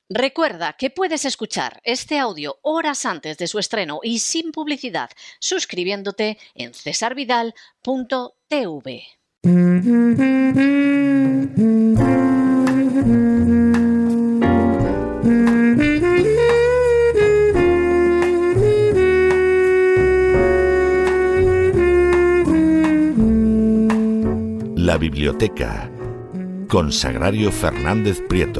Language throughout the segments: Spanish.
Recuerda que puedes escuchar este audio horas antes de su estreno y sin publicidad suscribiéndote en cesarvidal.tv. La biblioteca con Sagrario Fernández Prieto.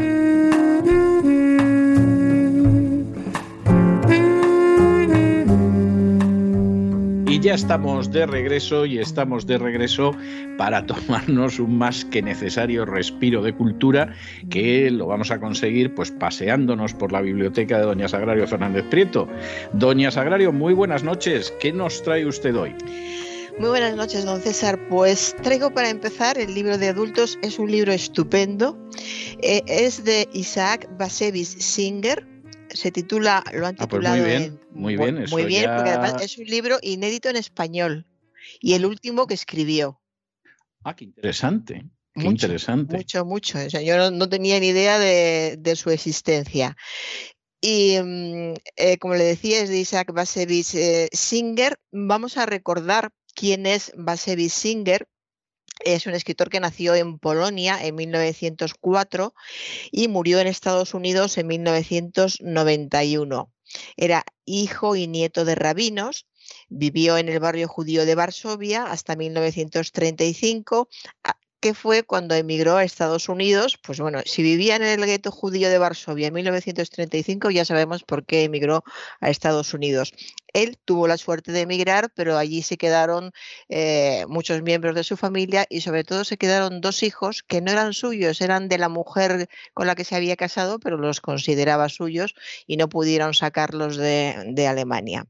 Y ya estamos de regreso para tomarnos un más que necesario respiro de cultura, que lo vamos a conseguir pues paseándonos por la biblioteca de doña Sagrario Fernández Prieto. Doña Sagrario, muy buenas noches. ¿Qué nos trae usted hoy? Muy buenas noches, don César. Pues traigo para empezar el libro de adultos. Es un libro estupendo. Es de Isaac Bashevis Singer. Se titula, lo han titulado muy bien, porque además es un libro inédito en español y el último que escribió. Qué interesante. Mucho. O sea, yo no tenía ni idea de su existencia. Y como le decía, es de Isaac Bashevis Singer. Vamos a recordar quién es Bashevis Singer. Es un escritor que nació en Polonia en 1904 y murió en Estados Unidos en 1991. Era hijo y nieto de rabinos, vivió en el barrio judío de Varsovia hasta 1935, que fue cuando emigró a Estados Unidos. Pues bueno, si vivía en el gueto judío de Varsovia en 1935, ya sabemos por qué emigró a Estados Unidos. Él tuvo la suerte de emigrar, pero allí se quedaron muchos miembros de su familia y sobre todo se quedaron dos hijos que no eran suyos, eran de la mujer con la que se había casado, pero los consideraba suyos y no pudieron sacarlos de Alemania.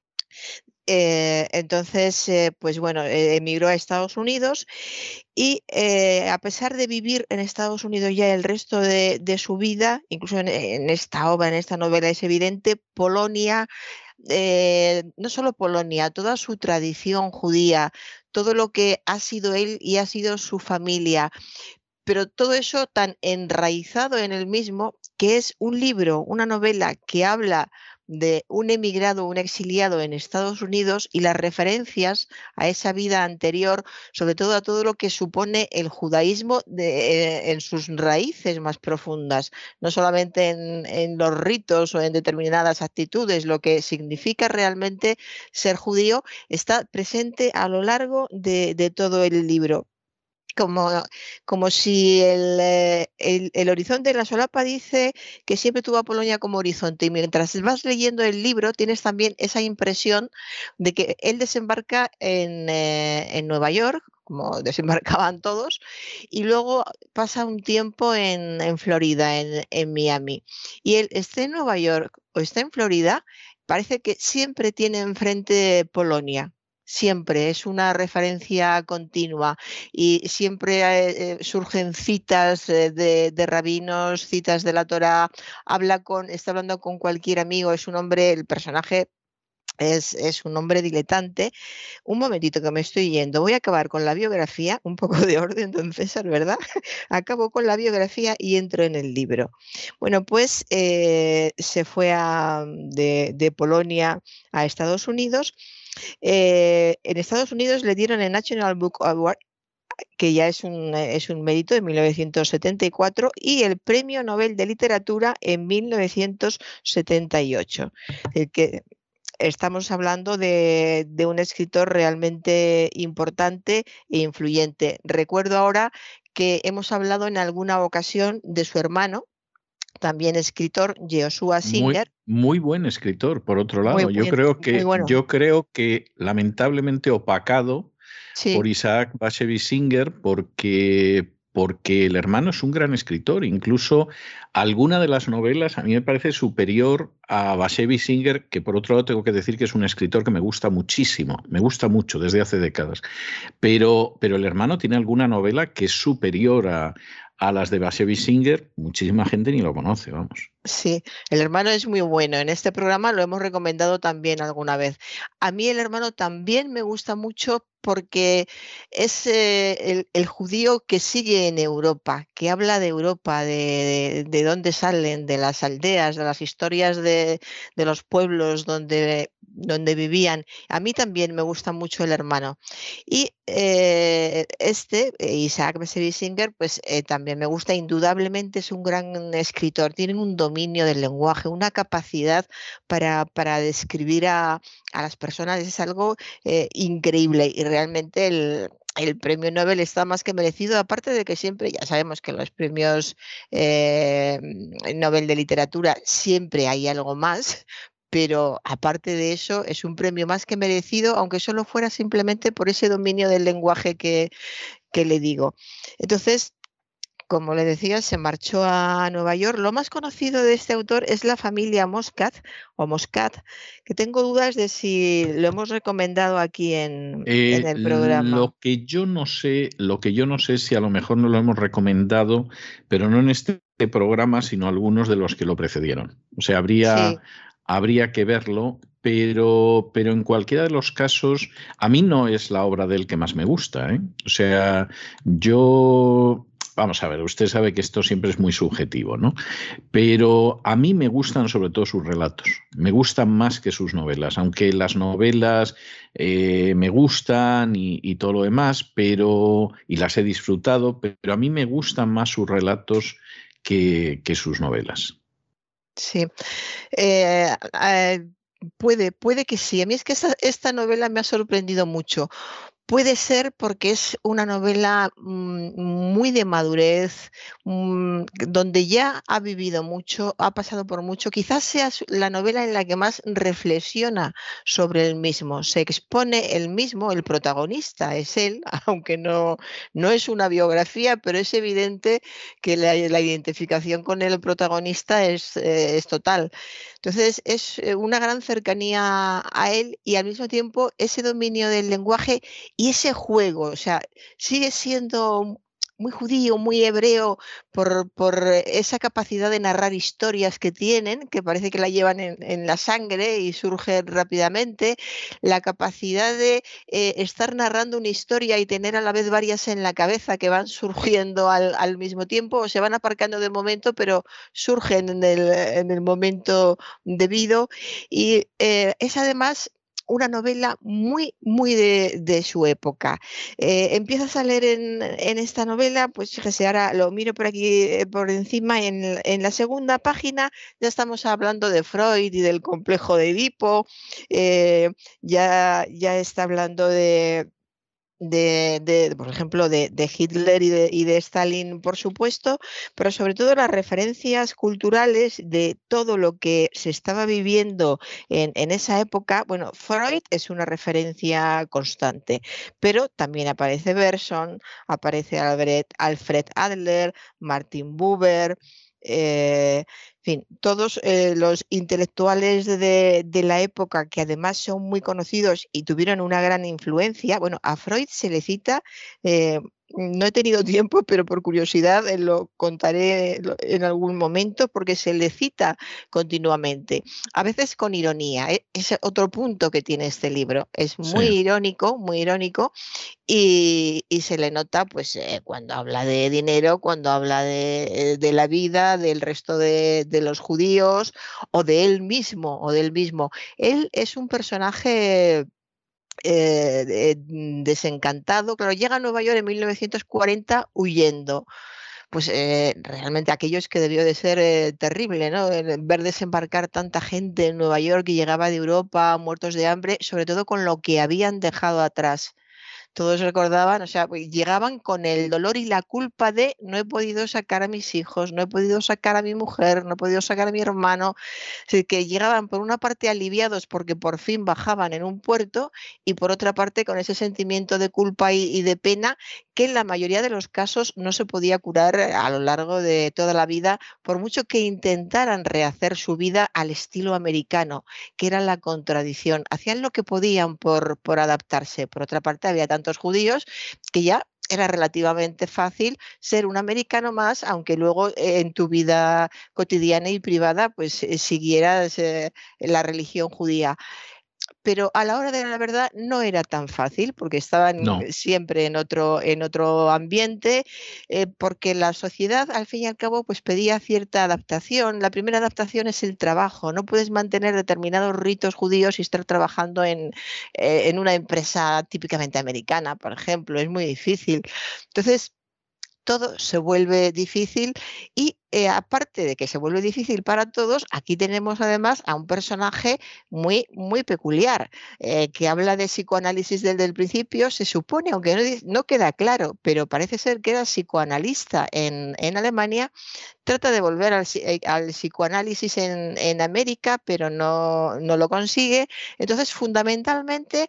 Entonces, pues bueno, emigró a Estados Unidos y a pesar de vivir en Estados Unidos ya el resto de su vida, incluso en esta obra, en esta novela es evidente, Polonia, no solo Polonia, toda su tradición judía, todo lo que ha sido él y ha sido su familia, pero todo eso tan enraizado en él mismo, que es un libro, una novela que habla de un emigrado, un exiliado en Estados Unidos y las referencias a esa vida anterior, sobre todo a todo lo que supone el judaísmo en sus raíces más profundas, no solamente en los ritos o en determinadas actitudes, lo que significa realmente ser judío está presente a lo largo de todo el libro. Como si el horizonte en la solapa dice que siempre tuvo a Polonia como horizonte, y mientras vas leyendo el libro tienes también esa impresión de que él desembarca en Nueva York, como desembarcaban todos, y luego pasa un tiempo en Florida, en Miami. Y él esté en Nueva York o está en Florida, parece que siempre tiene enfrente Polonia. Siempre es una referencia continua y siempre surgen citas de rabinos, citas de la Torá, está hablando con cualquier amigo, es un hombre, el personaje es un hombre diletante. Un momentito que me estoy yendo, voy a acabar con la biografía, un poco de orden, don César, ¿verdad? Acabo con la biografía y entro en el libro. Bueno, pues se fue de Polonia a Estados Unidos. En Estados Unidos le dieron el National Book Award, que ya es un mérito, en 1974, y el Premio Nobel de Literatura en 1978. El que estamos hablando de un escritor realmente importante e influyente. Recuerdo ahora que hemos hablado en alguna ocasión de su hermano, también escritor, Joshua Singer. Muy buen escritor, por otro lado. Yo creo que lamentablemente opacado por Isaac Bashevis Singer, porque el hermano es un gran escritor. Incluso alguna de las novelas a mí me parece superior a Bashevis Singer, que por otro lado tengo que decir que es un escritor que me gusta muchísimo, me gusta mucho desde hace décadas. Pero el hermano tiene alguna novela que es superior a a las de Bashevis Singer, muchísima gente ni lo conoce, vamos. Sí, El hermano es muy bueno. En este programa lo hemos recomendado también alguna vez. A mí El hermano también me gusta mucho porque es el judío que sigue en Europa, que habla de Europa, de dónde salen, de las aldeas, de las historias de los pueblos donde vivían. A mí también me gusta mucho El hermano. Y Isaac Bashevis Singer, pues también me gusta, indudablemente es un gran escritor, tiene un dominio del lenguaje, una capacidad para describir a las personas, es algo increíble, y realmente el premio Nobel está más que merecido, aparte de que siempre, ya sabemos que los premios Nobel de literatura siempre hay algo más, pero aparte de eso es un premio más que merecido, aunque solo fuera simplemente por ese dominio del lenguaje que le digo. Entonces, como le decía, se marchó a Nueva York. Lo más conocido de este autor es la familia Moscat, que tengo dudas de si lo hemos recomendado aquí en el programa. Lo que yo no sé es si a lo mejor no lo hemos recomendado, pero no en este programa, sino algunos de los que lo precedieron. O sea, habría que verlo, pero en cualquiera de los casos, a mí no es la obra de él que más me gusta, ¿eh? O sea, vamos a ver, usted sabe que esto siempre es muy subjetivo, ¿no? Pero a mí me gustan sobre todo sus relatos, me gustan más que sus novelas, aunque las novelas me gustan y todo lo demás, y las he disfrutado, pero a mí me gustan más sus relatos que sus novelas. Sí. Puede que sí. A mí es que esta novela me ha sorprendido mucho. Puede ser porque es una novela muy de madurez, donde ya ha vivido mucho, ha pasado por mucho. Quizás sea la novela en la que más reflexiona sobre él mismo. Se expone él mismo, el protagonista es él, aunque no es una biografía, pero es evidente que la identificación con el protagonista es total. Entonces es una gran cercanía a él, y al mismo tiempo ese dominio del lenguaje y ese juego, o sea, sigue siendo muy judío, muy hebreo, por esa capacidad de narrar historias que tienen, que parece que la llevan en la sangre y surgen rápidamente, la capacidad de estar narrando una historia y tener a la vez varias en la cabeza que van surgiendo al mismo tiempo, o se van aparcando de momento, pero surgen en el momento debido, y es además una novela muy, muy de su época. Empiezas a leer en esta novela, pues fíjese, ahora lo miro por aquí por encima, en la segunda página ya estamos hablando de Freud y del complejo de Edipo, ya está hablando por ejemplo, de Hitler y de Stalin, por supuesto, pero sobre todo las referencias culturales de todo lo que se estaba viviendo en esa época. Bueno, Freud es una referencia constante, pero también aparece Bergson, aparece Alfred Adler, Martin Buber, en fin, todos los intelectuales de la época, que además son muy conocidos y tuvieron una gran influencia. Bueno, a Freud se le cita, no he tenido tiempo, pero por curiosidad lo contaré en algún momento, porque se le cita continuamente, a veces con ironía. Es otro punto que tiene este libro, es muy irónico, y se le nota pues cuando habla de dinero, cuando habla de la vida del resto de los judíos, o de él mismo. Él es un personaje desencantado. Claro, llega a Nueva York en 1940 huyendo. Pues realmente aquello es que debió de ser terrible, ¿no? Ver desembarcar tanta gente en Nueva York que llegaba de Europa, muertos de hambre, sobre todo con lo que habían dejado atrás. Todos recordaban, o sea, llegaban con el dolor y la culpa de: no he podido sacar a mis hijos, no he podido sacar a mi mujer, no he podido sacar a mi hermano. Así que llegaban por una parte aliviados porque por fin bajaban en un puerto, y por otra parte con ese sentimiento de culpa y de pena, que en la mayoría de los casos no se podía curar a lo largo de toda la vida, por mucho que intentaran rehacer su vida al estilo americano, que era la contradicción. Hacían lo que podían por adaptarse. Por otra parte, había tantos judíos que ya era relativamente fácil ser un americano más, aunque luego en tu vida cotidiana y privada pues siguieras la religión judía. Pero a la hora de la verdad no era tan fácil porque estaban siempre en otro ambiente, porque la sociedad al fin y al cabo pues pedía cierta adaptación. La primera adaptación es el trabajo. No puedes mantener determinados ritos judíos y estar trabajando en una empresa típicamente americana, por ejemplo. Es muy difícil. Entonces, todo se vuelve difícil y aparte de que se vuelve difícil para todos, aquí tenemos además a un personaje muy, muy peculiar que habla de psicoanálisis desde el principio, se supone, aunque no queda claro, pero parece ser que era psicoanalista en Alemania, trata de volver al psicoanálisis en América, pero no lo consigue. Entonces, fundamentalmente,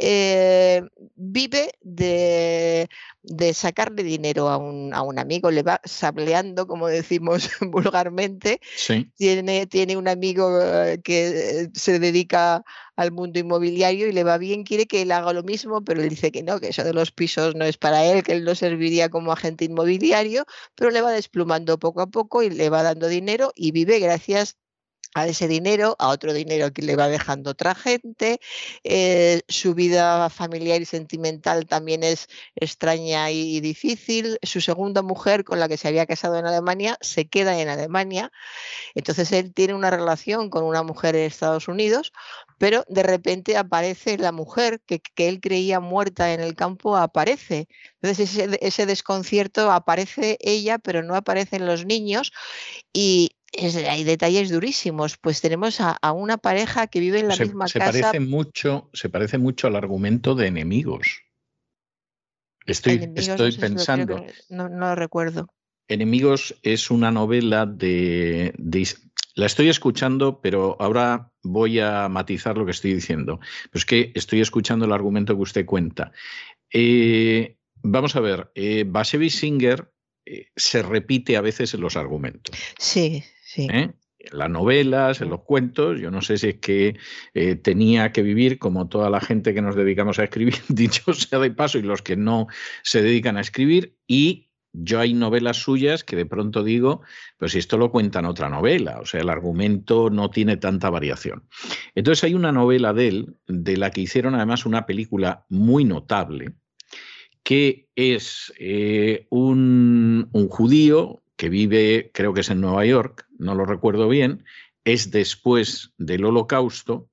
vive de sacarle dinero a un amigo, le va sableando, como decimos vulgarmente. Sí. Tiene un amigo que se dedica al mundo inmobiliario y le va bien, quiere que él haga lo mismo, pero él dice que no, que eso de los pisos no es para él, que él no serviría como agente inmobiliario, pero le va desplumando poco a poco y le va dando dinero y vive gracias a ese dinero, a otro dinero que le va dejando otra gente. Su vida familiar y sentimental también es extraña y difícil. Su segunda mujer, con la que se había casado en Alemania, se queda en Alemania. Entonces él tiene una relación con una mujer en Estados Unidos, pero de repente aparece la mujer que él creía muerta en el campo, aparece. Entonces ese desconcierto, aparece ella, pero no aparecen los niños y hay detalles durísimos. Pues tenemos a una pareja que vive en la misma casa. Se parece mucho al argumento de Enemigos. Estoy pensando. No lo recuerdo. Enemigos es una novela la estoy escuchando, pero ahora voy a matizar lo que estoy diciendo. Pues que estoy escuchando el argumento que usted cuenta. Vamos a ver, Bashevis Singer se repite a veces en los argumentos. Sí, sí. En las novelas, en los cuentos, yo no sé si es que tenía que vivir como toda la gente que nos dedicamos a escribir, dicho sea de paso, y los que no se dedican a escribir, y yo hay novelas suyas que de pronto digo, pues si esto lo cuenta en otra novela, o sea, el argumento no tiene tanta variación. Entonces hay una novela de él, de la que hicieron además una película muy notable, que es un judío que vive, creo que es en Nueva York, no lo recuerdo bien, es después del Holocausto,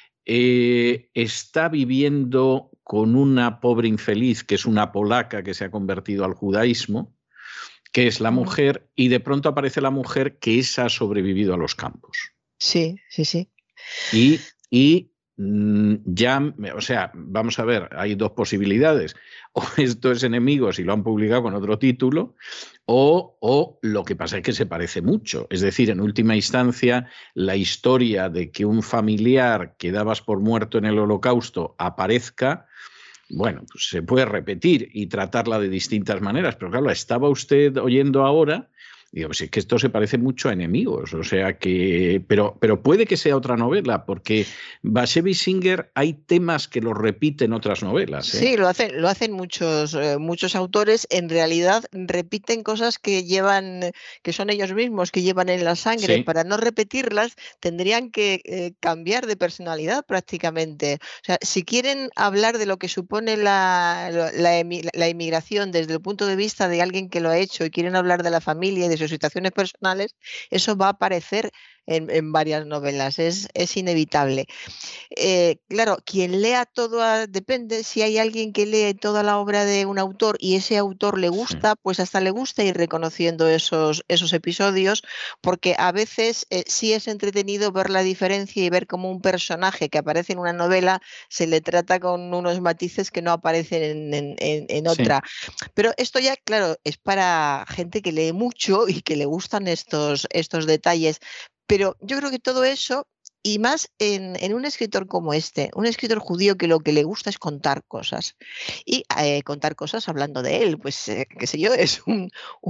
está viviendo con una pobre infeliz que es una polaca que se ha convertido al judaísmo, que es la mujer, y de pronto aparece la mujer que esa ha sobrevivido a los campos. Sí, sí, sí. Y ya, o sea, vamos a ver, hay dos posibilidades. O esto es Enemigos y lo han publicado con otro título, o lo que pasa es que se parece mucho. Es decir, en última instancia, la historia de que un familiar que dabas por muerto en el Holocausto aparezca, bueno, pues se puede repetir y tratarla de distintas maneras. Pero claro, estaba usted oyendo ahora. Digo, pues es que esto se parece mucho a Enemigos, o sea que, pero puede que sea otra novela, porque Bashevis Singer hay temas que los repiten otras novelas. Sí, lo hacen muchos autores. En realidad repiten cosas que son ellos mismos, que llevan en la sangre. Sí. Para no repetirlas tendrían que cambiar de personalidad prácticamente. O sea, si quieren hablar de lo que supone la inmigración desde el punto de vista de alguien que lo ha hecho y quieren hablar de la familia y de sus situaciones personales, eso va a aparecer en varias novelas, es inevitable. Claro, quien lea todo, depende, si hay alguien que lee toda la obra de un autor y ese autor le gusta, pues hasta le gusta ir reconociendo esos episodios, porque a veces sí es entretenido ver la diferencia y ver cómo un personaje que aparece en una novela se le trata con unos matices que no aparecen en otra. Sí. Pero esto ya, claro, es para gente que lee mucho y que le gustan estos detalles. Pero yo creo que todo eso Y más en un escritor como este, un escritor judío que lo que le gusta es contar cosas. Y contar cosas hablando de él, pues qué sé yo, es un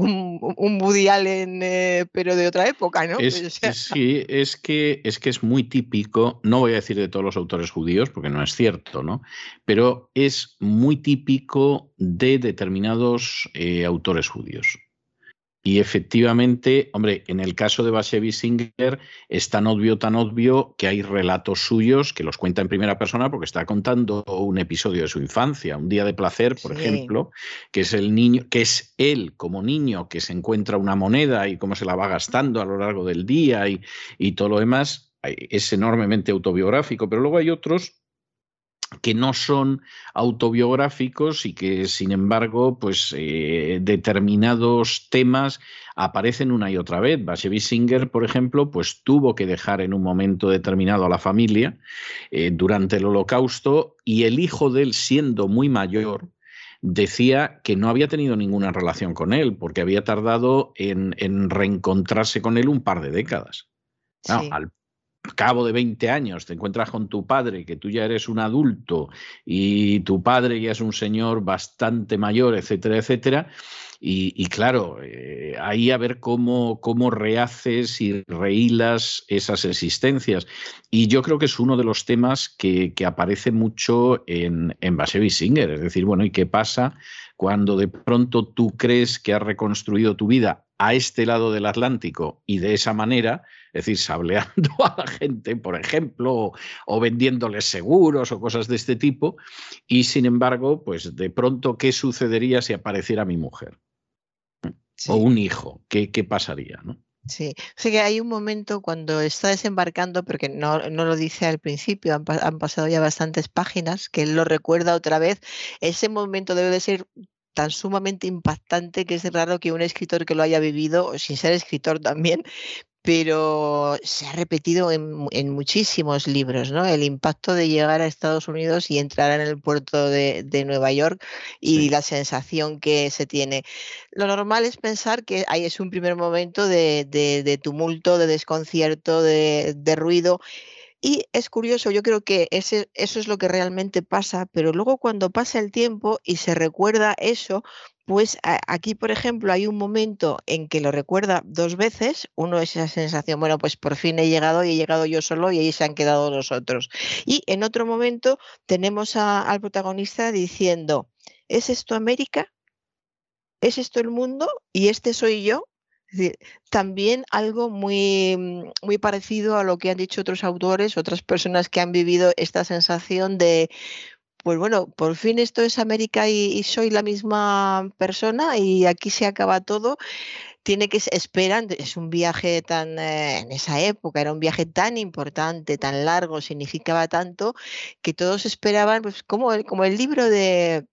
Woody Allen, pero de otra época, ¿no? Pues, o sea, Sí, es que es muy típico, no voy a decir de todos los autores judíos, porque no es cierto, ¿no? Pero es muy típico de determinados autores judíos. Y efectivamente, hombre, en el caso de Bashevis Singer es tan obvio que hay relatos suyos que los cuenta en primera persona porque está contando un episodio de su infancia, Un día de placer, por ejemplo, que es el niño, que es él como niño que se encuentra una moneda y cómo se la va gastando a lo largo del día y todo lo demás. Es enormemente autobiográfico, pero luego hay otros que no son autobiográficos y que, sin embargo, pues determinados temas aparecen una y otra vez. Bashevis Singer, por ejemplo, pues tuvo que dejar en un momento determinado a la familia durante el Holocausto, y el hijo de él, siendo muy mayor, decía que no había tenido ninguna relación con él porque había tardado en reencontrarse con él un par de décadas. Claro, al cabo de 20 años te encuentras con tu padre, que tú ya eres un adulto y tu padre ya es un señor bastante mayor, etcétera, etcétera. Y claro, ahí a ver cómo rehaces y rehilas esas existencias. Y yo creo que es uno de los temas que aparece mucho en Bashevis Singer. Es decir, bueno, ¿y qué pasa cuando de pronto tú crees que has reconstruido tu vida a este lado del Atlántico y de esa manera? Es decir, sableando a la gente, por ejemplo, o vendiéndoles seguros o cosas de este tipo, y sin embargo, pues de pronto, ¿qué sucedería si apareciera mi mujer? Sí. O un hijo, ¿qué pasaría, no? Sí, o sea que hay un momento cuando está desembarcando, porque no lo dice al principio, han pasado ya bastantes páginas, que él lo recuerda otra vez. Ese momento debe de ser tan sumamente impactante que es raro que un escritor que lo haya vivido, o sin ser escritor también, pero se ha repetido en muchísimos libros, ¿no? El impacto de llegar a Estados Unidos y entrar en el puerto de Nueva York y la sensación que se tiene. Lo normal es pensar que ahí es un primer momento de tumulto, de desconcierto, de ruido. Y es curioso, yo creo que eso es lo que realmente pasa, pero luego cuando pasa el tiempo y se recuerda eso, pues aquí, por ejemplo, hay un momento en que lo recuerda dos veces. Uno es esa sensación, bueno, pues por fin he llegado y he llegado yo solo y ahí se han quedado los otros. Y en otro momento tenemos al protagonista diciendo, ¿es esto América? ¿Es esto el mundo? ¿Y este soy yo? Es decir, también algo muy parecido a lo que han dicho otros autores, otras personas que han vivido esta sensación de, pues bueno, por fin esto es América y soy la misma persona y aquí se acaba todo. Esperan, es un viaje tan, en esa época era un viaje tan importante, tan largo, significaba tanto, que todos esperaban, pues como el libro del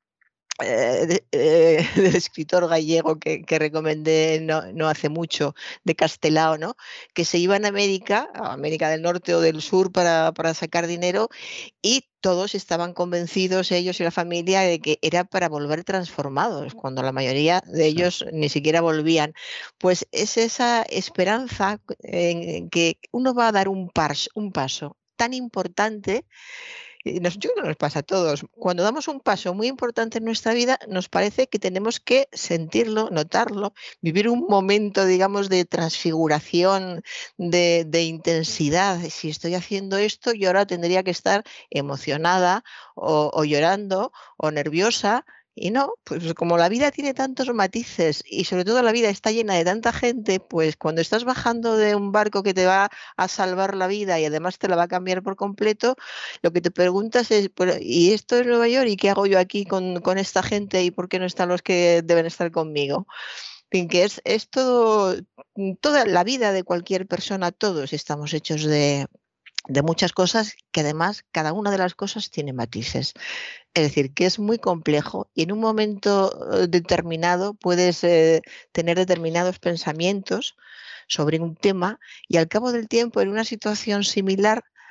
escritor gallego que recomendé no hace mucho, de Castelao, ¿no? Que se iban a América del Norte o del Sur para sacar dinero, y todos estaban convencidos, ellos y la familia, de que era para volver transformados, cuando la mayoría de ellos ni siquiera volvían. Pues es esa esperanza en que uno va a dar un paso tan importante. Yo creo que nos pasa a todos. Cuando damos un paso muy importante en nuestra vida, nos parece que tenemos que sentirlo, notarlo, vivir un momento, digamos, de transfiguración, de intensidad. Si estoy haciendo esto, yo ahora tendría que estar emocionada o llorando o nerviosa. Y no, pues como la vida tiene tantos matices y sobre todo la vida está llena de tanta gente, pues cuando estás bajando de un barco que te va a salvar la vida y además te la va a cambiar por completo, lo que te preguntas es, ¿y esto es Nueva York? ¿Y qué hago yo aquí con esta gente? ¿Y por qué no están los que deben estar conmigo? En fin, que es todo, toda la vida de cualquier persona, todos estamos hechos de muchas cosas, que además cada una de las cosas tiene matices. Es decir, que es muy complejo y en un momento determinado puedes tener determinados pensamientos sobre un tema y al cabo del tiempo en una situación similar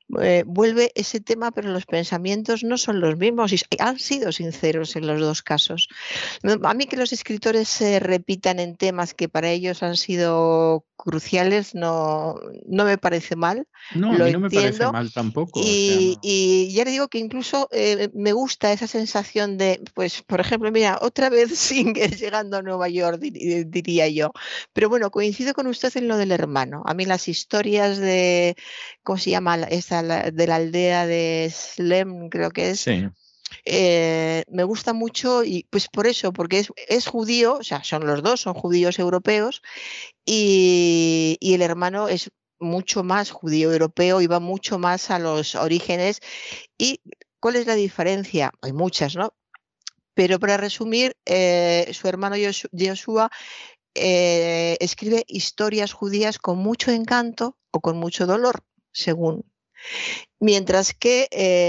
vuelve ese tema, pero los pensamientos no son los mismos y han sido sinceros en los dos casos. A mí que los escritores se repitan en temas que para ellos han sido cruciales no me parece mal, no, lo a mí no me parece entiendo. mal tampoco. Y ya le digo que incluso me gusta esa sensación de, pues, por ejemplo, mira, otra vez Singer llegando a Nueva York, diría yo. Pero bueno, coincido con usted en lo del hermano. A mí las historias de, ¿cómo se llama? De la aldea de Slem, creo que es. Sí. Me gusta mucho y pues por eso, porque es judío, o sea, son los dos, son judíos europeos y el hermano es mucho más judío europeo y va mucho más a los orígenes. ¿Y cuál es la diferencia? Hay muchas, ¿no? Pero para resumir, su hermano Joshua escribe historias judías con mucho encanto o con mucho dolor, según. Mientras que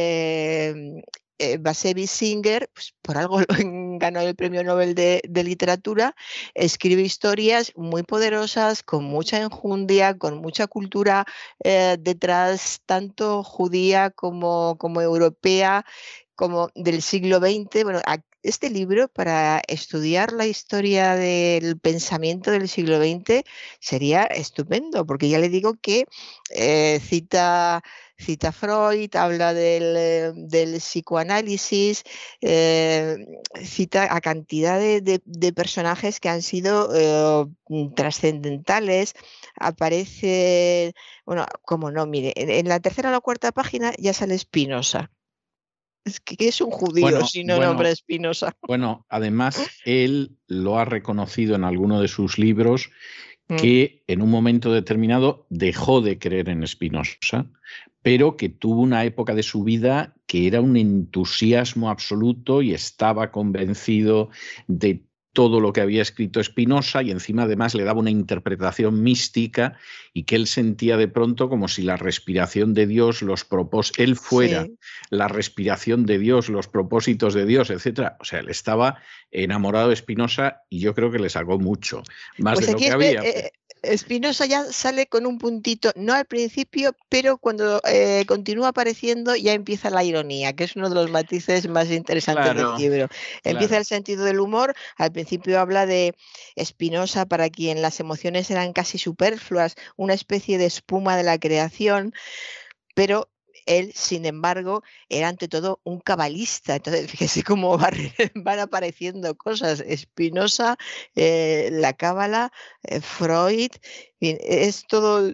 Bashevis Singer, pues por algo ganó el Premio Nobel de Literatura, escribe historias muy poderosas, con mucha enjundia, con mucha cultura detrás, tanto judía como europea, como del siglo XX. Bueno, este libro, para estudiar la historia del pensamiento del siglo XX, sería estupendo, porque ya le digo que cita Freud, habla del psicoanálisis, cita a cantidad de personajes que han sido trascendentales. Aparece, bueno, como no, mire, en la tercera o la cuarta página ya sale Spinoza. Es que es un judío si no nombra Spinoza. Bueno, además él lo ha reconocido en alguno de sus libros que en un momento determinado dejó de creer en Spinoza, pero que tuvo una época de su vida que era un entusiasmo absoluto y estaba convencido de todo lo que había escrito Spinoza y encima además le daba una interpretación mística y que él sentía de pronto como si la respiración de Dios, él fuera la respiración de Dios, los propósitos de Dios, etcétera. O sea, él estaba enamorado de Spinoza y yo creo que le sacó mucho, más pues de lo que había. Spinoza ya sale con un puntito, no al principio, pero cuando continúa apareciendo ya empieza la ironía, que es uno de los matices más interesantes del libro. Empieza el sentido del humor, al principio habla de Spinoza, para quien las emociones eran casi superfluas, una especie de espuma de la creación, pero él, sin embargo, era ante todo un cabalista. Entonces, fíjese cómo van apareciendo cosas. Spinoza, la cábala, Freud, es todo,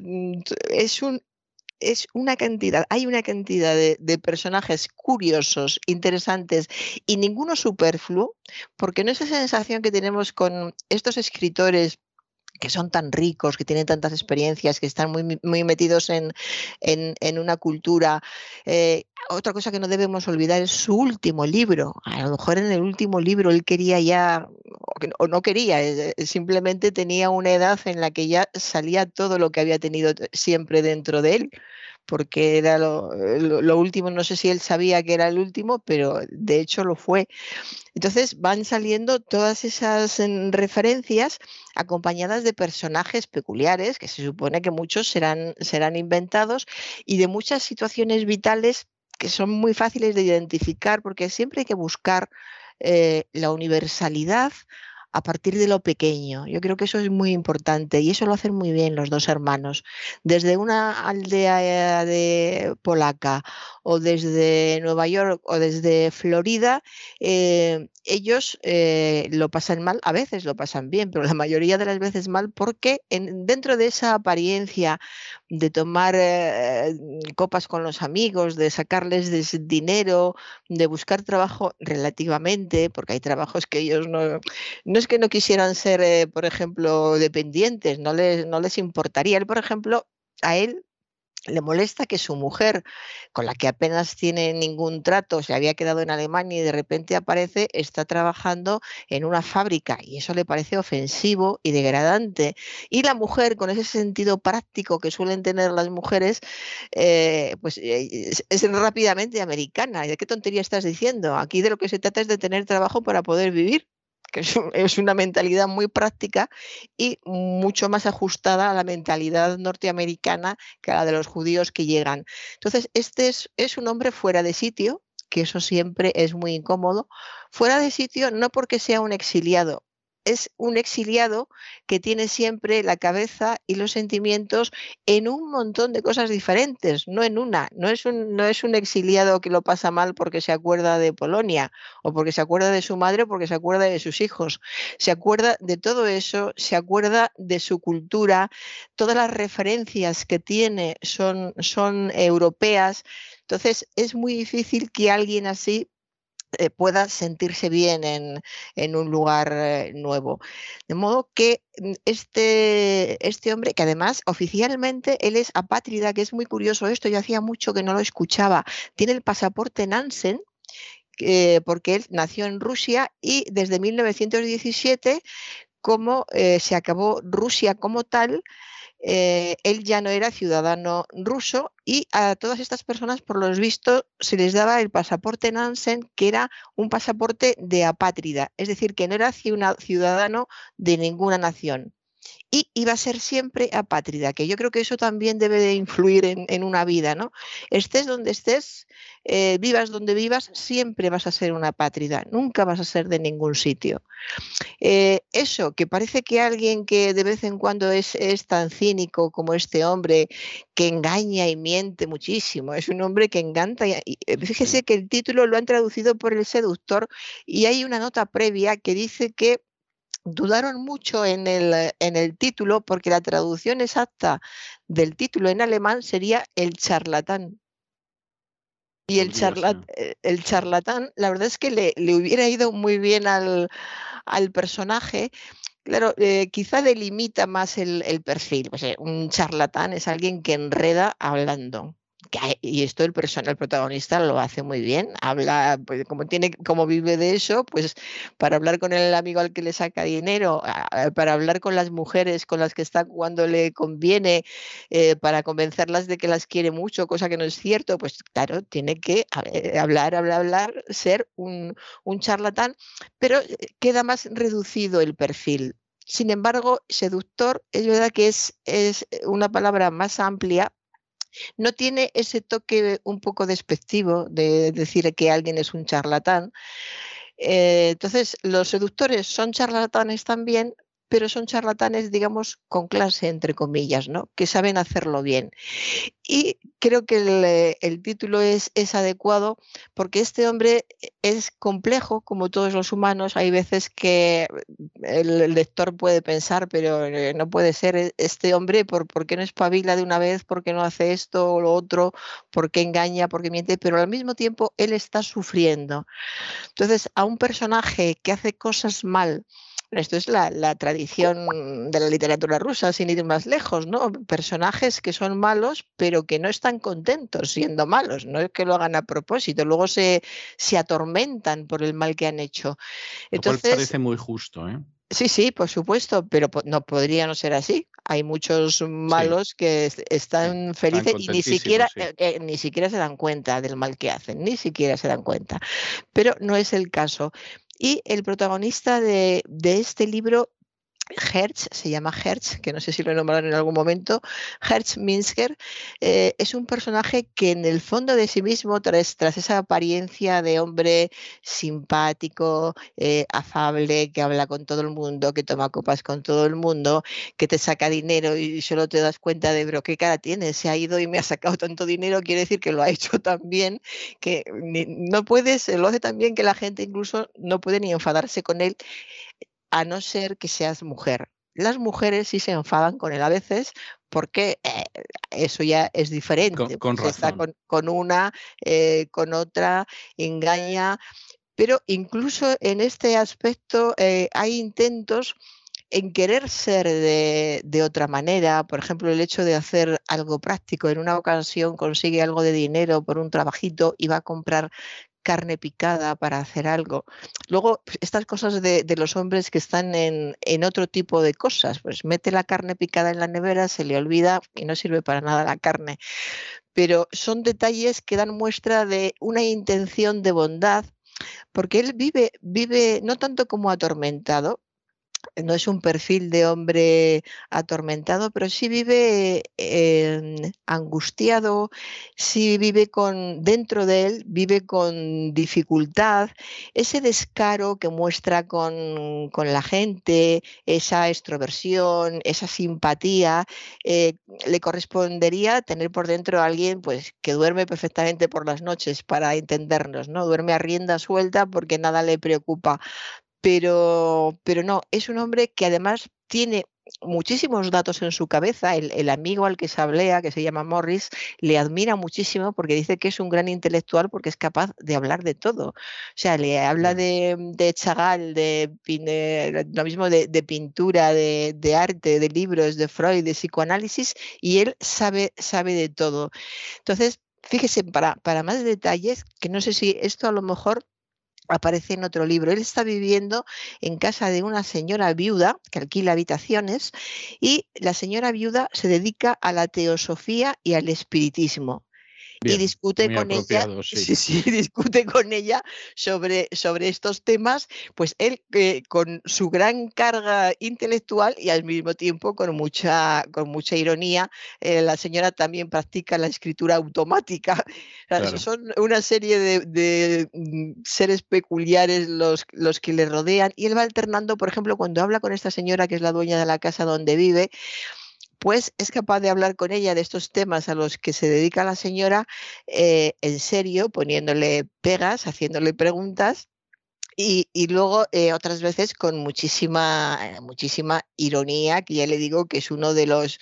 hay una cantidad de personajes curiosos, interesantes y ninguno superfluo, porque no es esa sensación que tenemos con estos escritores que son tan ricos, que tienen tantas experiencias, que están muy metidos en una cultura. Otra cosa que no debemos olvidar es su último libro. A lo mejor en el último libro él quería ya, o no quería, simplemente tenía una edad en la que ya salía todo lo que había tenido siempre dentro de él, porque era lo último. No sé si él sabía que era el último, pero de hecho lo fue. Entonces van saliendo todas esas referencias acompañadas de personajes peculiares, que se supone que muchos serán inventados, y de muchas situaciones vitales que son muy fáciles de identificar, porque siempre hay que buscar la universalidad a partir de lo pequeño. Yo creo que eso es muy importante y eso lo hacen muy bien los dos hermanos. Desde una aldea polaca o desde Nueva York o desde Florida, ellos lo pasan mal, a veces lo pasan bien, pero la mayoría de las veces mal, porque dentro de esa apariencia de tomar copas con los amigos, de sacarles dinero, de buscar trabajo relativamente, porque hay trabajos que ellos no es que no quisieran ser, por ejemplo, dependientes, no les importaría. Él, por ejemplo, a él le molesta que su mujer, con la que apenas tiene ningún trato, se había quedado en Alemania y de repente aparece, está trabajando en una fábrica y eso le parece ofensivo y degradante. Y la mujer, con ese sentido práctico que suelen tener las mujeres, pues es rápidamente americana. ¿De qué tontería estás diciendo? Aquí de lo que se trata es de tener trabajo para poder vivir. que es una mentalidad muy práctica y mucho más ajustada a la mentalidad norteamericana que a la de los judíos que llegan. Entonces, este es un hombre fuera de sitio, que eso siempre es muy incómodo, fuera de sitio no porque sea un exiliado, es un exiliado que tiene siempre la cabeza y los sentimientos en un montón de cosas diferentes, no en una. No es un exiliado que lo pasa mal porque se acuerda de Polonia o porque se acuerda de su madre o porque se acuerda de sus hijos. Se acuerda de todo eso, se acuerda de su cultura, todas las referencias que tiene son europeas. Entonces es muy difícil que alguien así pueda sentirse bien en un lugar nuevo. De modo que este hombre, que además oficialmente él es apátrida, que es muy curioso esto, yo hacía mucho que no lo escuchaba, tiene el pasaporte Nansen, porque él nació en Rusia y desde 1917, como se acabó Rusia como tal, él ya no era ciudadano ruso y a todas estas personas, por lo visto, se les daba el pasaporte Nansen, que era un pasaporte de apátrida, es decir, que no era ciudadano de ninguna nación. Y iba a ser siempre apátrida, que yo creo que eso también debe de influir en una vida, ¿no? Estés donde estés, vivas donde vivas, siempre vas a ser una apátrida, nunca vas a ser de ningún sitio. Eso, que parece que alguien que de vez en cuando es tan cínico como este hombre, que engaña y miente muchísimo, es un hombre que encanta. Fíjese que el título lo han traducido por El seductor y hay una nota previa que dice que dudaron mucho en el título porque la traducción exacta del título en alemán sería El charlatán. Y el charlatán, la verdad es que le hubiera ido muy bien al personaje. Claro, quizá delimita más el perfil. Pues, un charlatán es alguien que enreda hablando. Y esto el protagonista lo hace muy bien. Habla, pues, como vive de eso, pues para hablar con el amigo al que le saca dinero, para hablar con las mujeres con las que está cuando le conviene, para convencerlas de que las quiere mucho, cosa que no es cierto, pues claro, tiene que hablar, ser un charlatán, pero queda más reducido el perfil. Sin embargo, seductor es verdad que es una palabra más amplia. No tiene ese toque un poco despectivo de decir que alguien es un charlatán. Entonces, los seductores son charlatanes también, pero son charlatanes, digamos, con clase, entre comillas, ¿no? Que saben hacerlo bien. Y creo que el título es adecuado porque este hombre es complejo, como todos los humanos. Hay veces que el lector puede pensar, pero no puede ser este hombre, ¿por qué no espabila de una vez? ¿Por qué no hace esto o lo otro? ¿Por qué engaña? ¿Por qué miente? Pero al mismo tiempo él está sufriendo. Entonces, a un personaje que hace cosas mal, esto es la tradición de la literatura rusa, sin ir más lejos, ¿no? Personajes que son malos, pero que no están contentos siendo malos, no es que lo hagan a propósito, luego se atormentan por el mal que han hecho. Entonces, lo cual parece muy justo, ¿eh? Sí, por supuesto, pero no podría no ser así. Hay muchos malos que están felices y ni siquiera se dan cuenta del mal que hacen, ni siquiera se dan cuenta. Pero no es el caso. Y el protagonista de este libro, Herz, se llama Herz, que no sé si lo nombraron en algún momento, Herz Minsker, es un personaje que en el fondo de sí mismo, tras esa apariencia de hombre simpático, afable, que habla con todo el mundo, que toma copas con todo el mundo, que te saca dinero y solo te das cuenta de, pero qué cara tiene, se ha ido y me ha sacado tanto dinero, quiere decir que lo ha hecho tan bien, que lo hace tan bien que la gente incluso no puede ni enfadarse con él, a no ser que seas mujer. Las mujeres sí se enfadan con él a veces porque eso ya es diferente. Con razón. Está con una, con otra, engaña. Pero incluso en este aspecto hay intentos en querer ser de otra manera. Por ejemplo, el hecho de hacer algo práctico. En una ocasión consigue algo de dinero por un trabajito y va a comprar carne picada para hacer algo. Luego, estas cosas de los hombres que están en otro tipo de cosas, pues mete la carne picada en la nevera, se le olvida y no sirve para nada la carne. Pero son detalles que dan muestra de una intención de bondad porque él vive no tanto como atormentado, no es un perfil de hombre atormentado, pero sí vive angustiado, sí vive dentro de él, vive con dificultad, ese descaro que muestra con la gente, esa extroversión, esa simpatía, le correspondería tener por dentro a alguien pues, que duerme perfectamente por las noches, para entendernos, ¿no? Duerme a rienda suelta porque nada le preocupa. Pero no, es un hombre que además tiene muchísimos datos en su cabeza. El amigo al que se hablea, que se llama Morris, le admira muchísimo porque dice que es un gran intelectual porque es capaz de hablar de todo. O sea, le habla de Chagall, lo mismo de pintura, de arte, de libros, de Freud, de psicoanálisis, y él sabe de todo. Entonces, fíjese, para más detalles, que no sé si esto a lo mejor aparece en otro libro. Él está viviendo en casa de una señora viuda que alquila habitaciones, y la señora viuda se dedica a la teosofía y al espiritismo. Bien, y discute muy con ella, sí. Sí, discute con ella sobre estos temas, pues él con su gran carga intelectual y al mismo tiempo con mucha ironía. La señora también practica la escritura automática. Claro. Son una serie de seres peculiares los que le rodean, y él va alternando, por ejemplo, cuando habla con esta señora que es la dueña de la casa donde vive, pues es capaz de hablar con ella de estos temas a los que se dedica la señora en serio, poniéndole pegas, haciéndole preguntas. Y luego otras veces con muchísima ironía, que ya le digo que es uno de los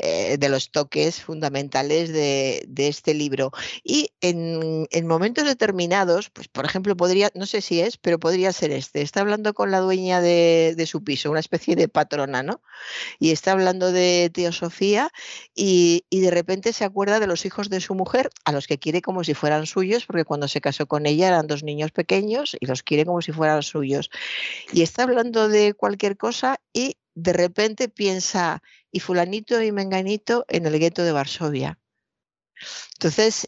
toques fundamentales de este libro. Y en momentos determinados, pues por ejemplo, no sé si es, pero podría ser está hablando con la dueña de su piso, una especie de patrona, ¿no? Y está hablando de teosofía, y de repente se acuerda de los hijos de su mujer, a los que quiere como si fueran suyos, porque cuando se casó con ella eran 2 niños pequeños y los quiere como si fueran suyos. Y está hablando de cualquier cosa y de repente piensa, y fulanito y menganito en el gueto de Varsovia. Entonces,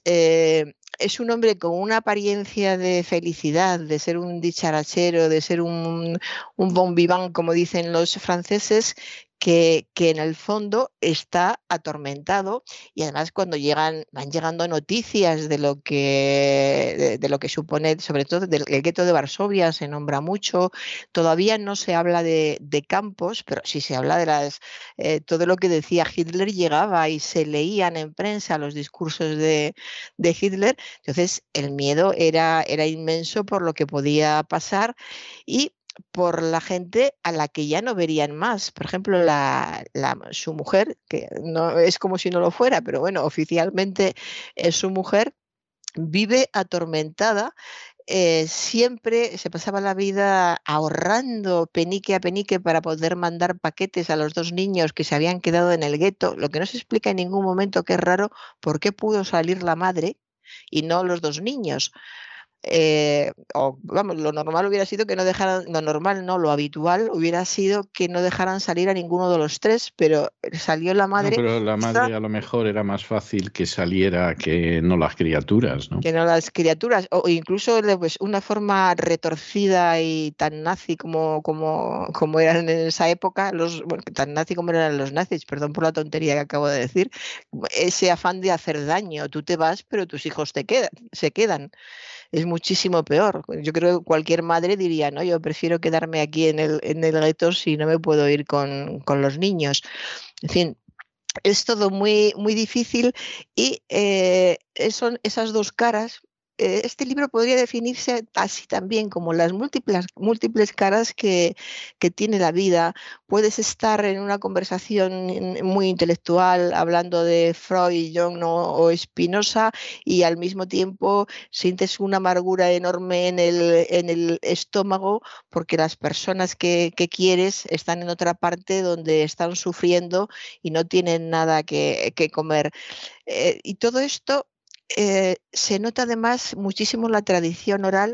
es un hombre con una apariencia de felicidad, de ser un dicharachero, de ser un bon vivant, como dicen los franceses, que en el fondo está atormentado. Y además cuando van llegando noticias de lo que supone, sobre todo del gueto de Varsovia, se nombra mucho. Todavía no se habla de campos, pero sí se habla de todo lo que decía Hitler. Llegaba y se leían en prensa los discursos de Hitler. Entonces el miedo era inmenso por lo que podía pasar y por la gente a la que ya no verían más. Por ejemplo, su mujer, que no es como si no lo fuera, pero bueno, oficialmente es su mujer, vive atormentada. Siempre se pasaba la vida ahorrando penique a penique para poder mandar paquetes a los 2 niños que se habían quedado en el gueto. Lo que no se explica en ningún momento, que es raro, por qué pudo salir la madre y no los 2 niños. Vamos, lo normal hubiera sido que no dejaran, lo habitual hubiera sido que no dejaran salir a ninguno de los 3, pero salió la madre. No, pero la madre a lo mejor era más fácil que saliera que no las criaturas, ¿no? Que no las criaturas, o incluso pues, una forma retorcida y tan nazi como eran en esa época, tan nazi como eran los nazis, perdón por la tontería que acabo de decir, ese afán de hacer daño. Tú te vas, pero tus hijos se quedan. Es muchísimo peor. Yo creo que cualquier madre diría, no, yo prefiero quedarme aquí en el gueto si no me puedo ir con los niños. En fin, es todo muy, muy difícil y son esas 2 caras. Este libro podría definirse así también, como las múltiples caras que tiene la vida. Puedes estar en una conversación muy intelectual hablando de Freud, Jung o Spinoza, y al mismo tiempo sientes una amargura enorme en el estómago porque las personas que quieres están en otra parte donde están sufriendo y no tienen nada que comer. Y todo esto se nota además muchísimo la tradición oral,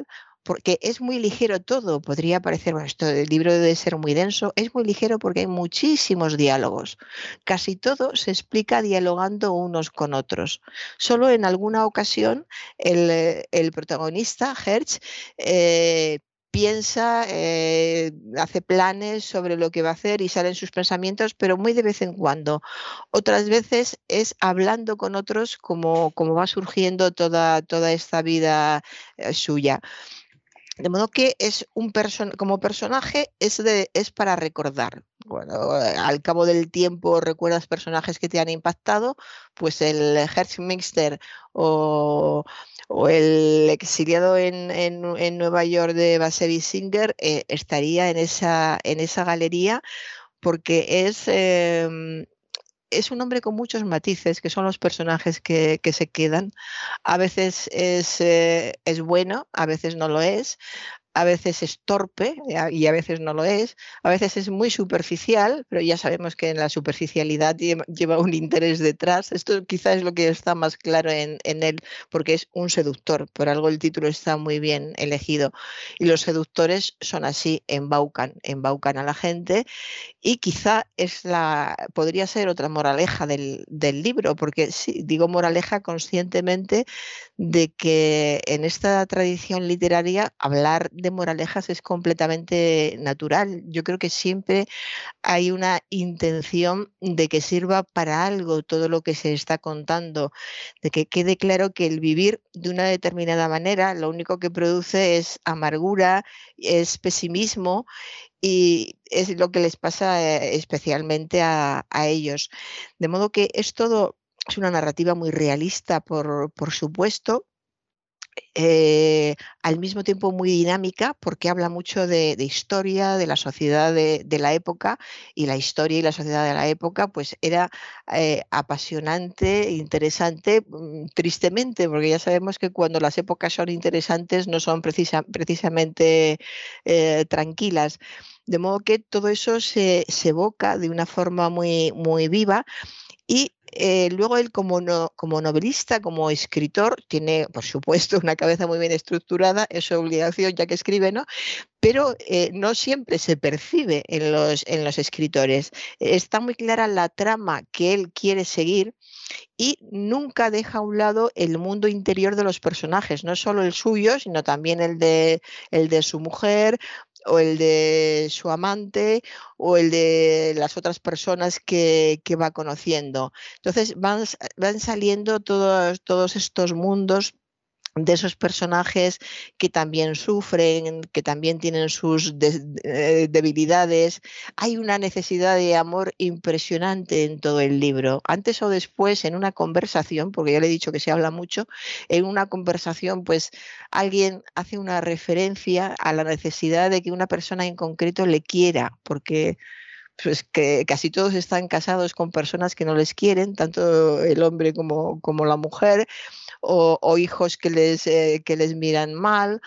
porque es muy ligero todo. Podría parecer, bueno, el libro debe ser muy denso. Es muy ligero porque hay muchísimos diálogos. Casi todo se explica dialogando unos con otros. Solo en alguna ocasión el protagonista, Hertz, piensa, hace planes sobre lo que va a hacer y salen sus pensamientos, pero muy de vez en cuando. Otras veces es hablando con otros como va surgiendo toda esta vida suya. De modo que es como personaje es para recordar. Bueno, al cabo del tiempo recuerdas personajes que te han impactado, pues el Herzmeister o el exiliado en Nueva York de Bashevis Singer estaría en esa galería, porque es un hombre con muchos matices, que son los personajes que se quedan. A veces es bueno, a veces no lo es. A veces es torpe y a veces no lo es. A veces es muy superficial, pero ya sabemos que en la superficialidad lleva un interés detrás. Esto quizás es lo que está más claro en él, porque es un seductor. Por algo el título está muy bien elegido. Y los seductores son así, embaucan a la gente. Y quizá podría ser otra moraleja del libro, porque sí, digo moraleja conscientemente de que en esta tradición literaria hablar de moralejas es completamente natural. Yo creo que siempre hay una intención de que sirva para algo todo lo que se está contando, de que quede claro que el vivir de una determinada manera lo único que produce es amargura, es pesimismo, y es lo que les pasa especialmente a ellos. De modo que es una narrativa muy realista, por supuesto, al mismo tiempo muy dinámica, porque habla mucho de historia, de la sociedad de la época, y la historia y la sociedad de la época pues era apasionante, interesante, tristemente, porque ya sabemos que cuando las épocas son interesantes no son precisamente tranquilas. De modo que todo eso se evoca de una forma muy, muy viva. Y luego él como novelista, como escritor, tiene, por supuesto, una cabeza muy bien estructurada, es su obligación ya que escribe, ¿no? Pero no siempre se percibe en los escritores. Está muy clara la trama que él quiere seguir y nunca deja a un lado el mundo interior de los personajes, no solo el suyo, sino también el de su mujer, o el de su amante, o el de las otras personas que va conociendo. Entonces van saliendo todos estos mundos de esos personajes que también sufren, que también tienen sus debilidades. Hay una necesidad de amor impresionante en todo el libro. Antes o después, en una conversación, porque ya le he dicho que se habla mucho, en una conversación pues alguien hace una referencia a la necesidad de que una persona en concreto le quiera, porque pues que casi todos están casados con personas que no les quieren, tanto el hombre como la mujer, o hijos que les miran mal,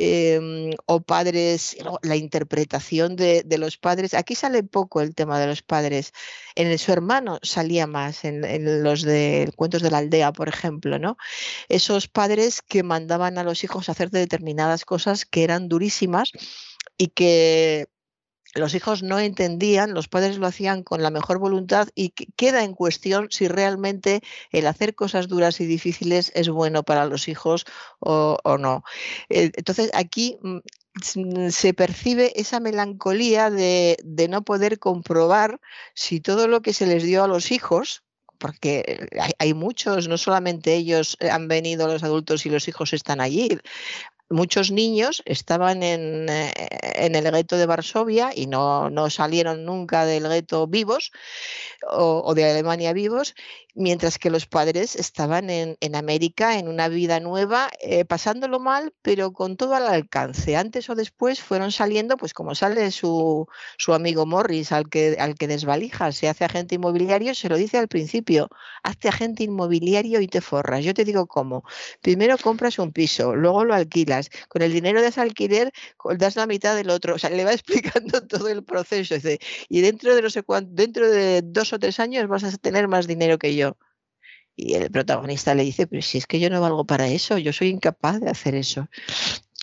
o padres, la interpretación de los padres. Aquí sale poco el tema de los padres. En Su hermano salía más, en los de Cuentos de la aldea, por ejemplo, ¿no? Esos padres que mandaban a los hijos a hacer determinadas cosas que eran durísimas y que los hijos no entendían, los padres lo hacían con la mejor voluntad, y queda en cuestión si realmente el hacer cosas duras y difíciles es bueno para los hijos o no. Entonces aquí se percibe esa melancolía de no poder comprobar si todo lo que se les dio a los hijos, porque hay muchos, no solamente ellos han venido, los adultos, y los hijos están allí. Muchos niños estaban en el gueto de Varsovia y no salieron nunca del gueto vivos, o de Alemania vivos, mientras que los padres estaban en América, en una vida nueva, pasándolo mal, pero con todo al alcance. Antes o después fueron saliendo, pues como sale su amigo Morris, al que desvalija, se hace agente inmobiliario, se lo dice al principio: hazte agente inmobiliario y te forras. Yo te digo cómo. Primero compras un piso, luego lo alquilas. Con el dinero de ese alquiler das la mitad del otro. O sea, le va explicando todo el proceso. Dice, y dentro de 2 o 3 años vas a tener más dinero que yo. Y el protagonista le dice: pero si es que yo no valgo para eso, yo soy incapaz de hacer eso.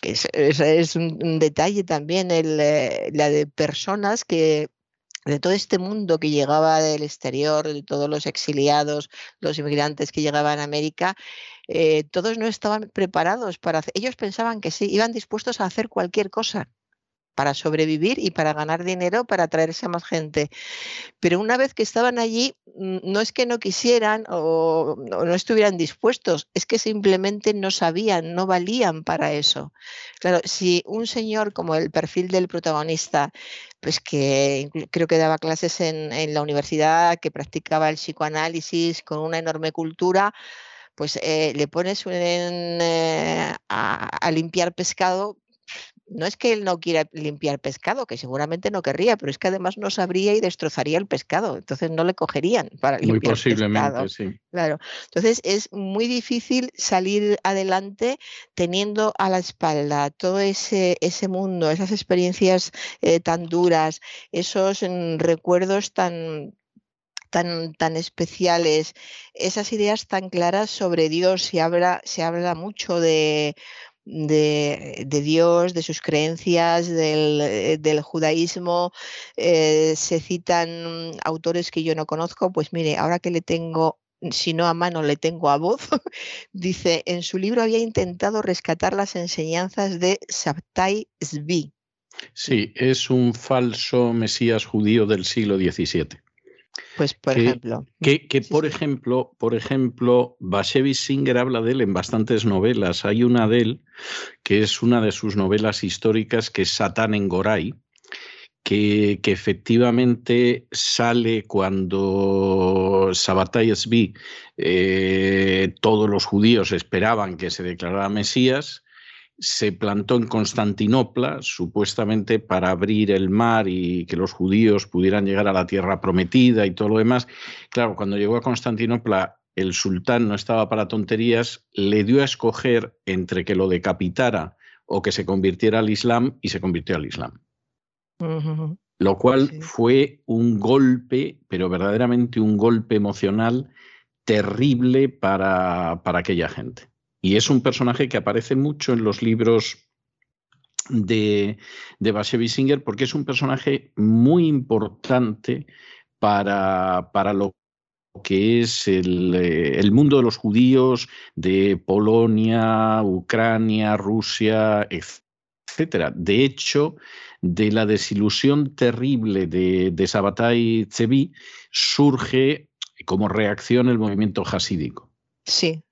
Es un detalle también la de personas que de todo este mundo que llegaba del exterior, de todos los exiliados, los inmigrantes que llegaban a América, todos no estaban preparados para hacer. Ellos pensaban que sí, iban dispuestos a hacer cualquier cosa para sobrevivir y para ganar dinero, para atraerse a más gente. Pero una vez que estaban allí, no es que no quisieran o no estuvieran dispuestos, es que simplemente no sabían, no valían para eso. Claro, si un señor como el perfil del protagonista, pues que creo que daba clases en la universidad, que practicaba el psicoanálisis con una enorme cultura, pues le pones a limpiar pescado. No es que él no quiera limpiar pescado, que seguramente no querría, pero es que además no sabría y destrozaría el pescado, entonces no le cogerían para limpiar muy posiblemente, pescado. Sí. Claro. Entonces es muy difícil salir adelante teniendo a la espalda todo ese mundo, esas experiencias tan duras, esos recuerdos tan especiales, esas ideas tan claras sobre Dios. Se habla mucho de Dios, de sus creencias, del judaísmo. Se citan autores que yo no conozco. Pues mire, ahora que le tengo, si no a mano, le tengo a voz, dice, en su libro había intentado rescatar las enseñanzas de Shabtai Tzvi. Sí, es un falso mesías judío del siglo XVII. Pues por ejemplo. Por ejemplo, Bashevis Singer habla de él en bastantes novelas. Hay una de él, que es una de sus novelas históricas, que es Satán en Goray, que efectivamente sale cuando Shabtai Tzvi, todos los judíos esperaban que se declarara Mesías. Se plantó en Constantinopla, supuestamente para abrir el mar y que los judíos pudieran llegar a la tierra prometida y todo lo demás. Claro, cuando llegó a Constantinopla, el sultán no estaba para tonterías, le dio a escoger entre que lo decapitara o que se convirtiera al Islam, y se convirtió al Islam. Uh-huh. Lo cual fue un golpe, pero verdaderamente un golpe emocional terrible para aquella gente. Y es un personaje que aparece mucho en los libros de Bashevis Singer, porque es un personaje muy importante para lo que es el mundo de los judíos de Polonia, Ucrania, Rusia, etcétera. De hecho, de la desilusión terrible de Shabtai Tzvi surge como reacción el movimiento hasídico. Sí.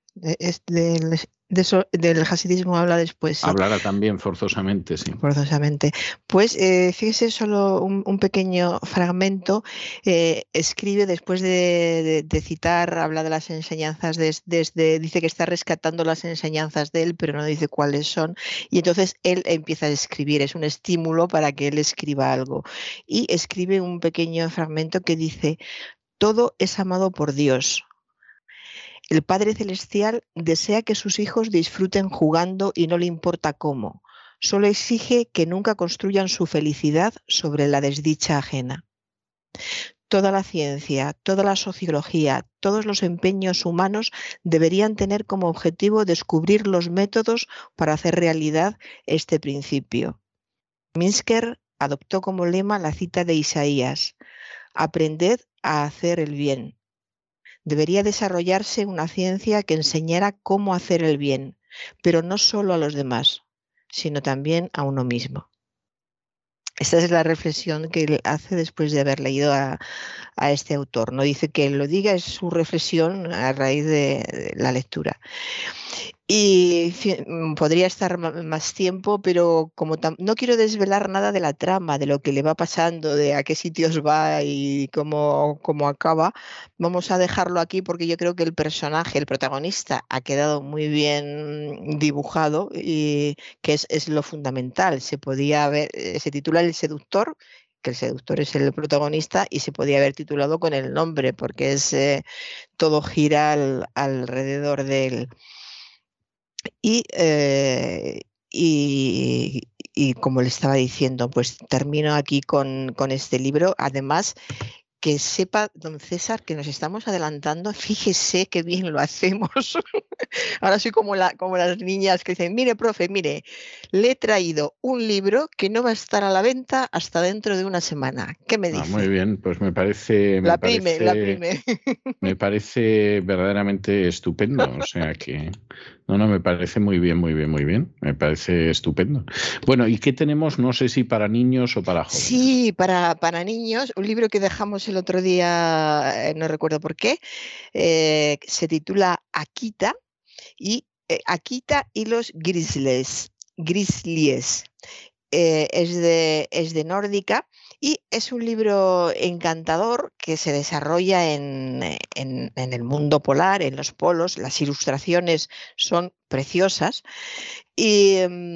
Del hasidismo habla después. Sí. Hablará también forzosamente, sí. Forzosamente. Pues fíjese solo un pequeño fragmento. Escribe después de citar, habla de las enseñanzas, dice que está rescatando las enseñanzas de él, pero no dice cuáles son. Y entonces él empieza a escribir, es un estímulo para que él escriba algo. Y escribe un pequeño fragmento que dice: todo es amado por Dios. El Padre Celestial desea que sus hijos disfruten jugando y no le importa cómo. Solo exige que nunca construyan su felicidad sobre la desdicha ajena. Toda la ciencia, toda la sociología, todos los empeños humanos deberían tener como objetivo descubrir los métodos para hacer realidad este principio. Minsker adoptó como lema la cita de Isaías: aprended a hacer el bien. Debería desarrollarse una ciencia que enseñara cómo hacer el bien, pero no solo a los demás, sino también a uno mismo. Esta es la reflexión que él hace después de haber leído a este autor. No dice que él lo diga, es su reflexión a raíz de la lectura. Y podría estar más tiempo, pero como no quiero desvelar nada de la trama, de lo que le va pasando, de a qué sitios va y cómo acaba, vamos a dejarlo aquí, porque yo creo que el personaje, el protagonista, ha quedado muy bien dibujado y que es lo fundamental. Se titula El seductor, que el seductor es el protagonista, y se podía haber titulado con el nombre, porque todo gira alrededor de él. Y como le estaba diciendo, pues termino aquí con este libro. Además, que sepa don César que nos estamos adelantando. Fíjese qué bien lo hacemos. Ahora soy como las niñas que dicen, mire, profe, mire, le he traído un libro que no va a estar a la venta hasta dentro de una semana. ¿Qué me dice? Muy bien, pues me parece... La prime. Me parece verdaderamente estupendo. O sea que... No, me parece muy bien. Me parece estupendo. Bueno, ¿y qué tenemos? No sé si para niños o para jóvenes. Sí, para niños. Un libro que dejamos el otro día, no recuerdo por qué, se titula Akita y Akita y los Grizzlies. Es de Nórdica y es un libro encantador que se desarrolla en el mundo polar, en los polos. Las ilustraciones son preciosas y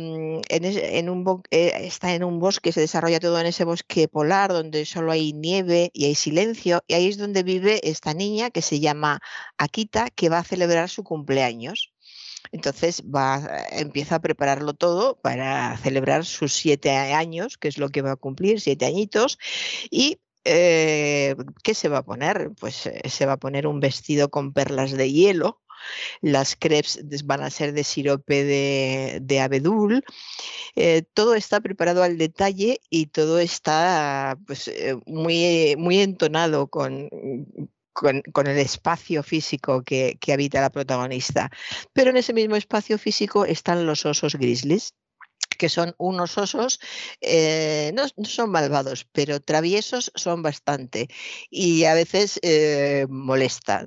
está en un bosque, se desarrolla todo en ese bosque polar donde solo hay nieve y hay silencio, y ahí es donde vive esta niña que se llama Akita, que va a celebrar su cumpleaños. Entonces empieza a prepararlo todo para celebrar sus 7 años, que es lo que va a cumplir, 7 añitos. Y ¿qué se va a poner? Pues se va a poner un vestido con perlas de hielo. Las crepes van a ser de sirope de abedul. Todo está preparado al detalle y todo está pues, muy entonado con el espacio físico que habita la protagonista. Pero en ese mismo espacio físico están los osos grizzlies, que son unos osos, no son malvados, pero traviesos son bastante y a veces molestan.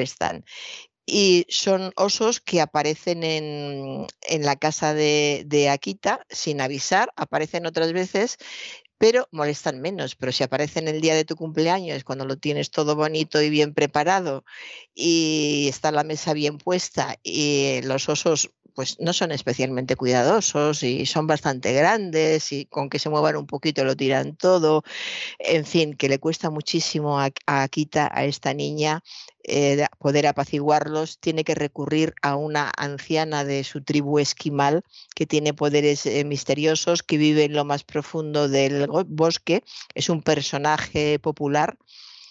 Y son osos que aparecen en la casa de Akita sin avisar, aparecen otras veces, pero molestan menos. Pero si aparecen el día de tu cumpleaños, cuando lo tienes todo bonito y bien preparado y está la mesa bien puesta y los osos pues no son especialmente cuidadosos y son bastante grandes y con que se muevan un poquito lo tiran todo, en fin, que le cuesta muchísimo a Akita, a esta niña, poder apaciguarlos. Tiene que recurrir a una anciana de su tribu esquimal que tiene poderes misteriosos, que vive en lo más profundo del bosque. Es un personaje popular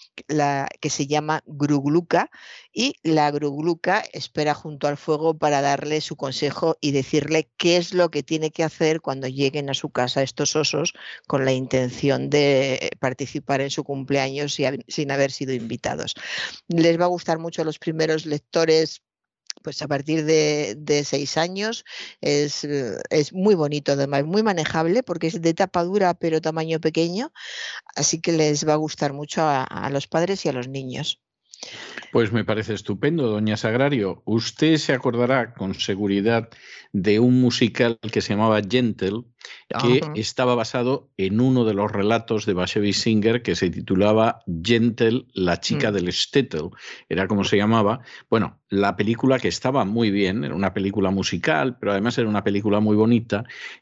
que se llama Grugluca, y la Grugluca espera junto al fuego para darle su consejo y decirle qué es lo que tiene que hacer cuando lleguen a su casa estos osos con la intención de participar en su cumpleaños sin haber sido invitados. Les va a gustar mucho a los primeros lectores. Pues a partir de 6 años es muy bonito, además muy manejable porque es de tapa dura pero tamaño pequeño, así que les va a gustar mucho a los padres y a los niños. Pues me parece estupendo, doña Sagrario. Usted se acordará con seguridad de un musical que se llamaba Yentl, que estaba basado en uno de los relatos de Bashevis Singer que se titulaba Yentl, la chica del shtetl, era como se llamaba. Bueno, la película, que estaba muy bien, era una película musical, pero además era una película muy bonita,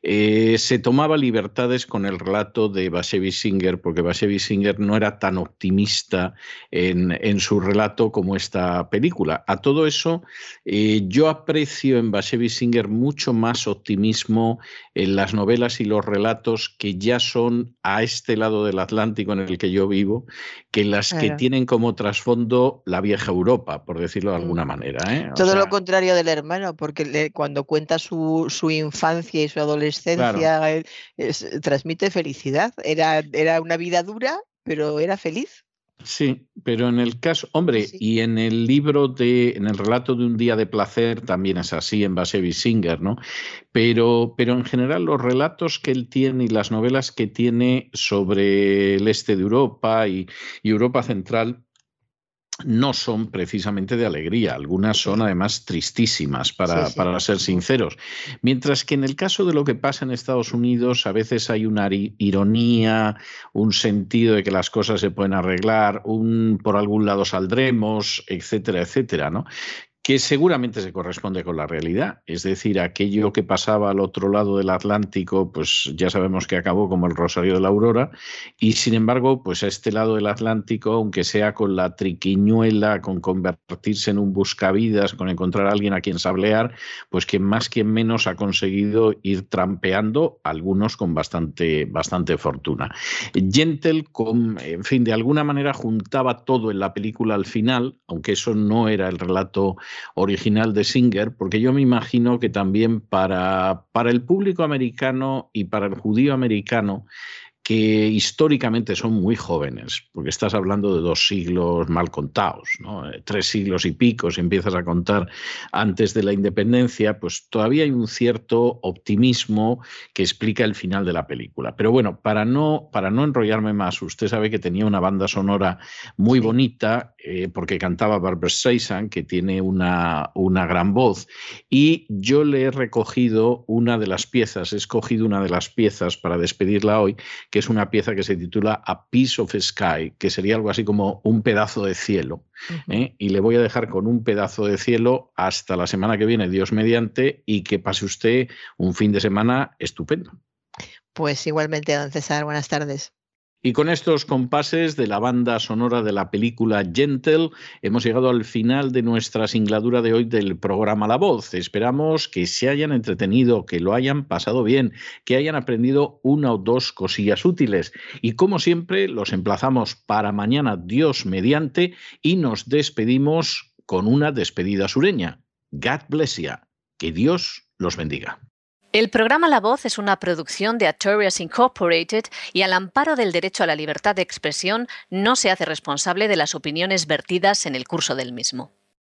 se tomaba libertades con el relato de Bashevis Singer, porque Bashevis Singer no era tan optimista en su relato como esta película. A todo eso, yo aprecio en Bashevis Singer mucho más optimismo en las novelas y los relatos que ya son a este lado del Atlántico en el que yo vivo, que las que tienen como trasfondo la vieja Europa, por decirlo de alguna manera. Todo lo contrario del hermano, porque cuando cuenta su infancia y su adolescencia, claro, transmite felicidad. Era una vida dura, pero era feliz. Sí, pero en el caso, hombre, sí. Y en el libro en el relato de Un día de placer también es así en Bashevis Singer, ¿no? Pero en general los relatos que él tiene y las novelas que tiene sobre el este de Europa y Europa Central no son precisamente de alegría, algunas son además tristísimas, para ser sinceros. Mientras que en el caso de lo que pasa en Estados Unidos, a veces hay una ironía, un sentido de que las cosas se pueden arreglar, por algún lado saldremos, etcétera, etcétera, ¿no? Que seguramente se corresponde con la realidad. Es decir, aquello que pasaba al otro lado del Atlántico, pues ya sabemos que acabó como el Rosario de la Aurora, y sin embargo, pues a este lado del Atlántico, aunque sea con la triquiñuela, con convertirse en un buscavidas, con encontrar a alguien a quien sablear, pues quien más, quien menos ha conseguido ir trampeando, algunos con bastante fortuna. Yentl, en fin, de alguna manera juntaba todo en la película al final, aunque eso no era el relato original de Singer, porque yo me imagino que también para el público americano y para el judío americano, que históricamente son muy jóvenes, porque estás hablando de 2 siglos mal contados, ¿no? 3 siglos y pico, si empiezas a contar antes de la independencia, pues todavía hay un cierto optimismo que explica el final de la película. Pero bueno, para no enrollarme más, usted sabe que tenía una banda sonora muy bonita, porque cantaba Barbra Streisand, que tiene una gran voz, y yo le he escogido una de las piezas para despedirla hoy, que es una pieza que se titula A Piece of Sky, que sería algo así como un pedazo de cielo. Y le voy a dejar con un pedazo de cielo hasta la semana que viene, Dios mediante, y que pase usted un fin de semana estupendo. Pues igualmente, don César, buenas tardes. Y con estos compases de la banda sonora de la película Gentle, hemos llegado al final de nuestra singladura de hoy del programa La Voz. Esperamos que se hayan entretenido, que lo hayan pasado bien, que hayan aprendido 1 o 2 cosillas útiles. Y como siempre, los emplazamos para mañana, Dios mediante, y nos despedimos con una despedida sureña. God bless you. Que Dios los bendiga. El programa La Voz es una producción de Artorias Incorporated y al amparo del derecho a la libertad de expresión no se hace responsable de las opiniones vertidas en el curso del mismo.